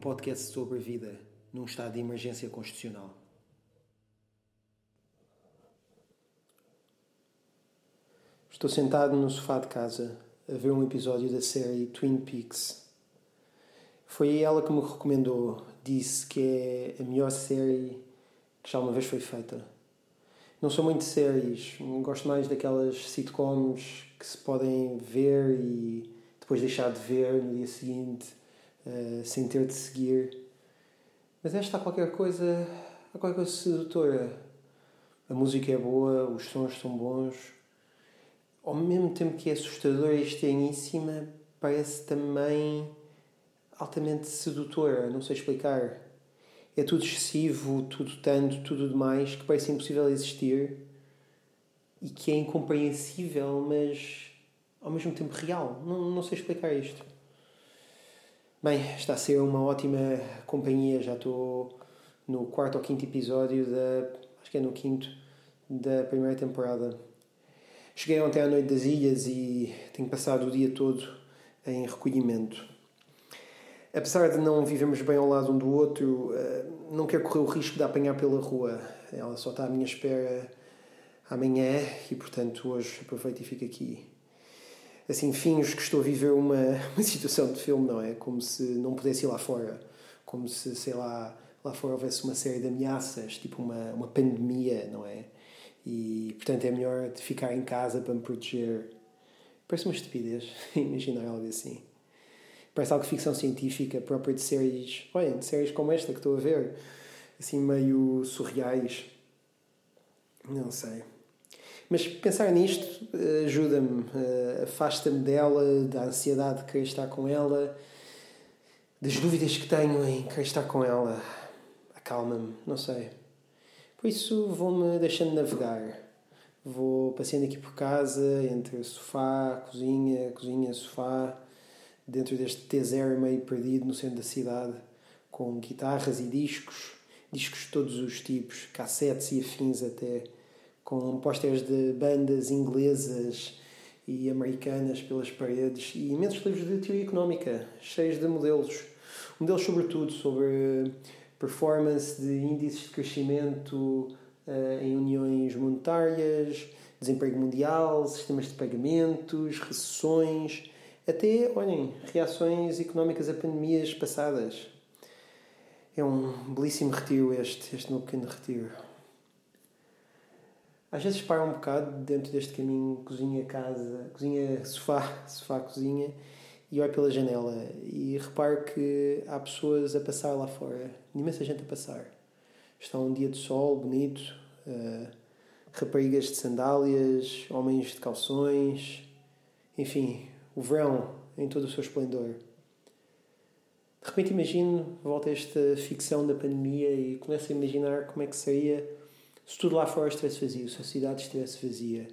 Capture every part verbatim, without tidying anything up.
podcast sobre a vida num estado de emergência constitucional. Estou sentado no sofá de casa a ver um episódio da série Twin Peaks. Foi ela que me recomendou, disse que é a melhor série que já uma vez foi feita. Não sou muito de séries, gosto mais daquelas sitcoms que se podem ver e depois deixar de ver no dia seguinte, uh, sem ter de seguir. Mas esta há qualquer coisa, há qualquer coisa sedutora. A música é boa, os sons são bons. Ao mesmo tempo que é assustadora e estranhíssima, parece também altamente sedutora, não sei explicar. É tudo excessivo, tudo tanto, tudo demais, que parece impossível existir e que é incompreensível, mas ao mesmo tempo real. Não, não sei explicar isto. Bem, está a ser uma ótima companhia. Já estou no quarto ou quinto episódio da... acho que é no quinto, da primeira temporada. Cheguei ontem à noite das ilhas e tenho passado o dia todo em recolhimento. Apesar de não vivermos bem ao lado um do outro, não quero correr o risco de a apanhar pela rua. Ela só está à minha espera amanhã e, portanto, hoje aproveito e fico aqui. Assim, finjo que estou a viver uma, uma situação de filme, não é? Como se não pudesse ir lá fora. Como se, sei lá, lá fora houvesse uma série de ameaças, tipo uma, uma pandemia, não é? E, portanto, é melhor de ficar em casa para me proteger. Parece uma estupidez imaginar algo assim. Parece algo de ficção científica, própria de séries, olha, de séries como esta que estou a ver, assim meio surreais. Não sei. Mas pensar nisto ajuda-me, afasta-me dela, da ansiedade de querer estar com ela, das dúvidas que tenho em querer estar com ela. Acalma-me, não sei. Por isso vou-me deixando navegar. Vou passeando aqui por casa, entre sofá, cozinha, cozinha, sofá, dentro deste T zero meio perdido no centro da cidade, com guitarras e discos, discos de todos os tipos, cassetes e afins até, com pósteres de bandas inglesas e americanas pelas paredes e imensos livros de teoria económica, cheios de modelos. Modelos sobretudo sobre performance de índices de crescimento uh, em uniões monetárias, desemprego mundial, sistemas de pagamentos, recessões, até, olhem, reações económicas a pandemias passadas. É um belíssimo retiro este, este meu pequeno retiro. Às vezes paro um bocado dentro deste caminho cozinha-casa, cozinha-sofá, sofá-cozinha, e olho pela janela e reparo que há pessoas a passar lá fora, imensa gente a passar. Está um dia de sol bonito, uh, raparigas de sandálias, homens de calções, enfim, o verão em todo o seu esplendor. De repente imagino, volta a esta ficção da pandemia e começo a imaginar como é que seria se tudo lá fora estivesse vazio, se a cidade estivesse vazia.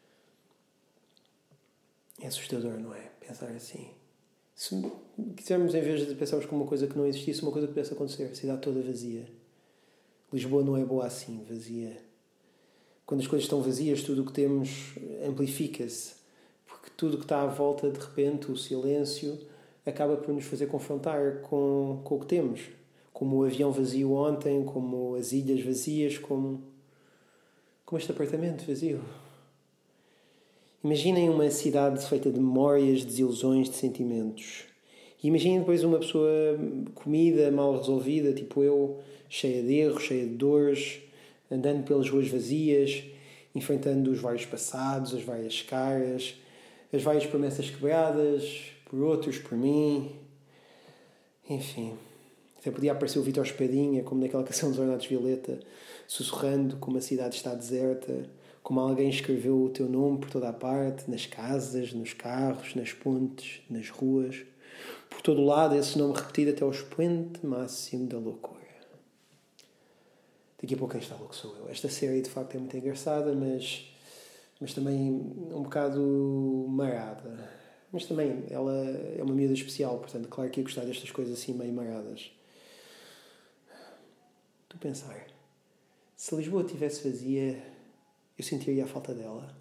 É assustador, não é? Pensar assim. Se quisermos, em vez de pensarmos como uma coisa que não existisse, uma coisa que pudesse acontecer, a cidade toda vazia. Lisboa não é boa assim, vazia. Quando as coisas estão vazias, tudo o que temos amplifica-se. Porque tudo o que está à volta, de repente, o silêncio, acaba por nos fazer confrontar com, com o que temos. Como o avião vazio ontem, como as ilhas vazias, como, como este apartamento vazio. Imaginem uma cidade feita de memórias, de desilusões, de sentimentos. E imaginem depois uma pessoa comida, mal resolvida, tipo eu, cheia de erros, cheia de dores, andando pelas ruas vazias, enfrentando os vários passados, as várias caras, as várias promessas quebradas, por outros, por mim. Enfim, até podia aparecer o Vítor Espadinha, como naquela canção dos Ornatos Violeta, sussurrando como a cidade está deserta, como alguém escreveu o teu nome por toda a parte, nas casas, nos carros, nas pontes, nas ruas. Por todo o lado, esse nome repetido até ao expoente máximo da loucura. Daqui a pouco quem está louco sou eu. Esta série, de facto, é muito engraçada, mas, mas também um bocado marada. Mas também, ela é uma miúda especial, portanto, claro que ia gostar destas coisas assim meio maradas. Estou a pensar, se Lisboa estivesse vazia, eu sentiria a falta dela?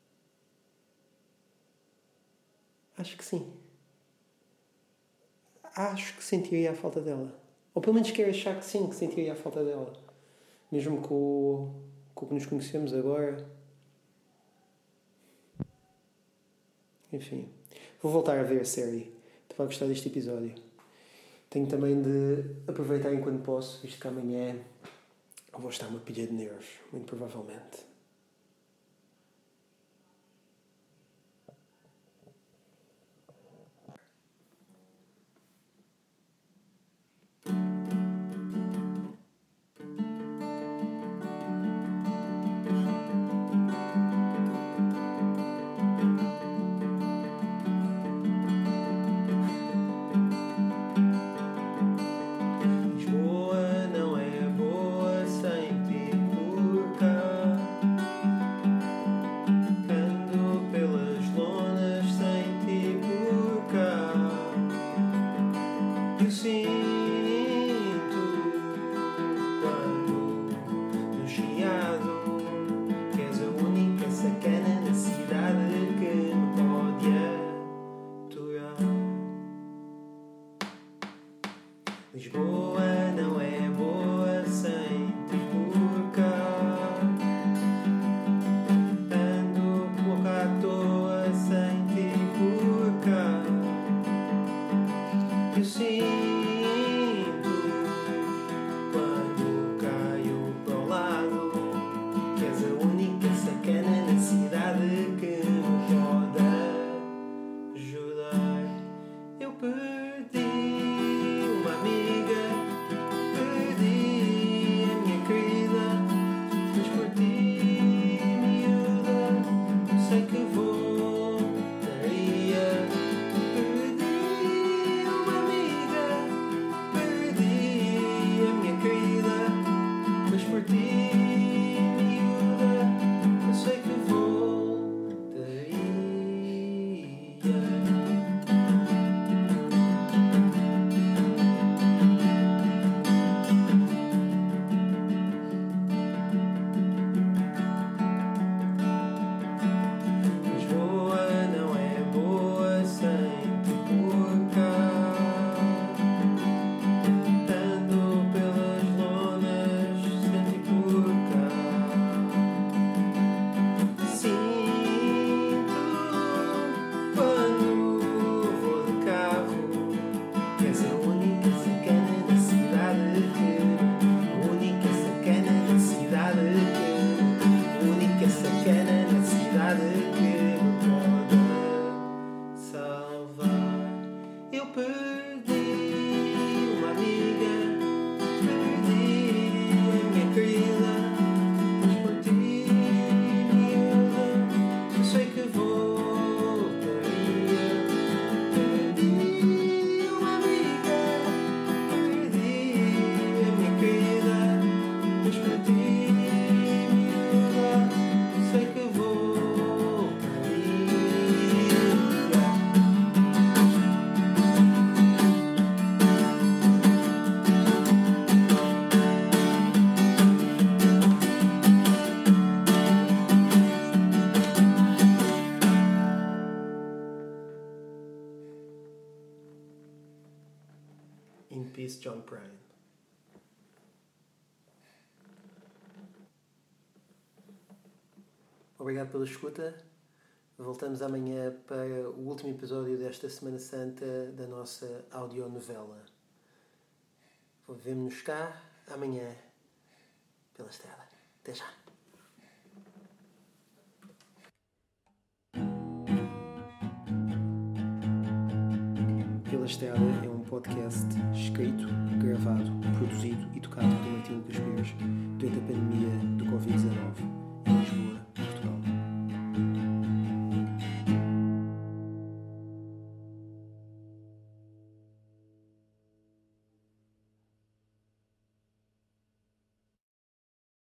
Acho que sim. acho que sentiria a falta dela. Ou pelo menos quero achar que sim, que sentiria a falta dela. Mesmo com o, com o que nos conhecemos agora. Enfim. Vou voltar a ver a série. Estou a gostar deste episódio. Tenho também de aproveitar enquanto posso, visto que amanhã vou estar uma pilha de nervos, muito provavelmente. Lisboa não é boa sem ti por cá. Ando pouco à toa sem ti por cá. Eu sinto quando caio para o lado que és a única sacana na cidade que me pode ajudar. Eu perdi uma amiga, perdi a minha querida, mas por ti, miúda, sei que voltaria. Perdi uma amiga, perdi a minha querida, mas por ti, miúda, eu sei que voltaria. Lisboa não é boa sem ti por cá. Ando pelas lonas sem ti por cá. Sinto quando vou de carro que és a única sacana da cidade que a única sacana da cidade que a única sacana da cidade que me pode salvar. Eu perdi uma amiga, perdi a minha querida, mas por ti, miúda, eu sei que voltaria. Perdi uma amiga, perdi a minha querida, mas por ti, miúda, eu sei que voltaria. In peace, John Prine. Obrigado pela escuta. Voltamos amanhã para o último episódio desta Semana Santa da nossa audionovela. Vemo-nos cá amanhã pela estrada. Até já. Pela Estrada é um podcast escrito, gravado, produzido e tocado por Martim Lucas Pires durante a pandemia do covid dezanove.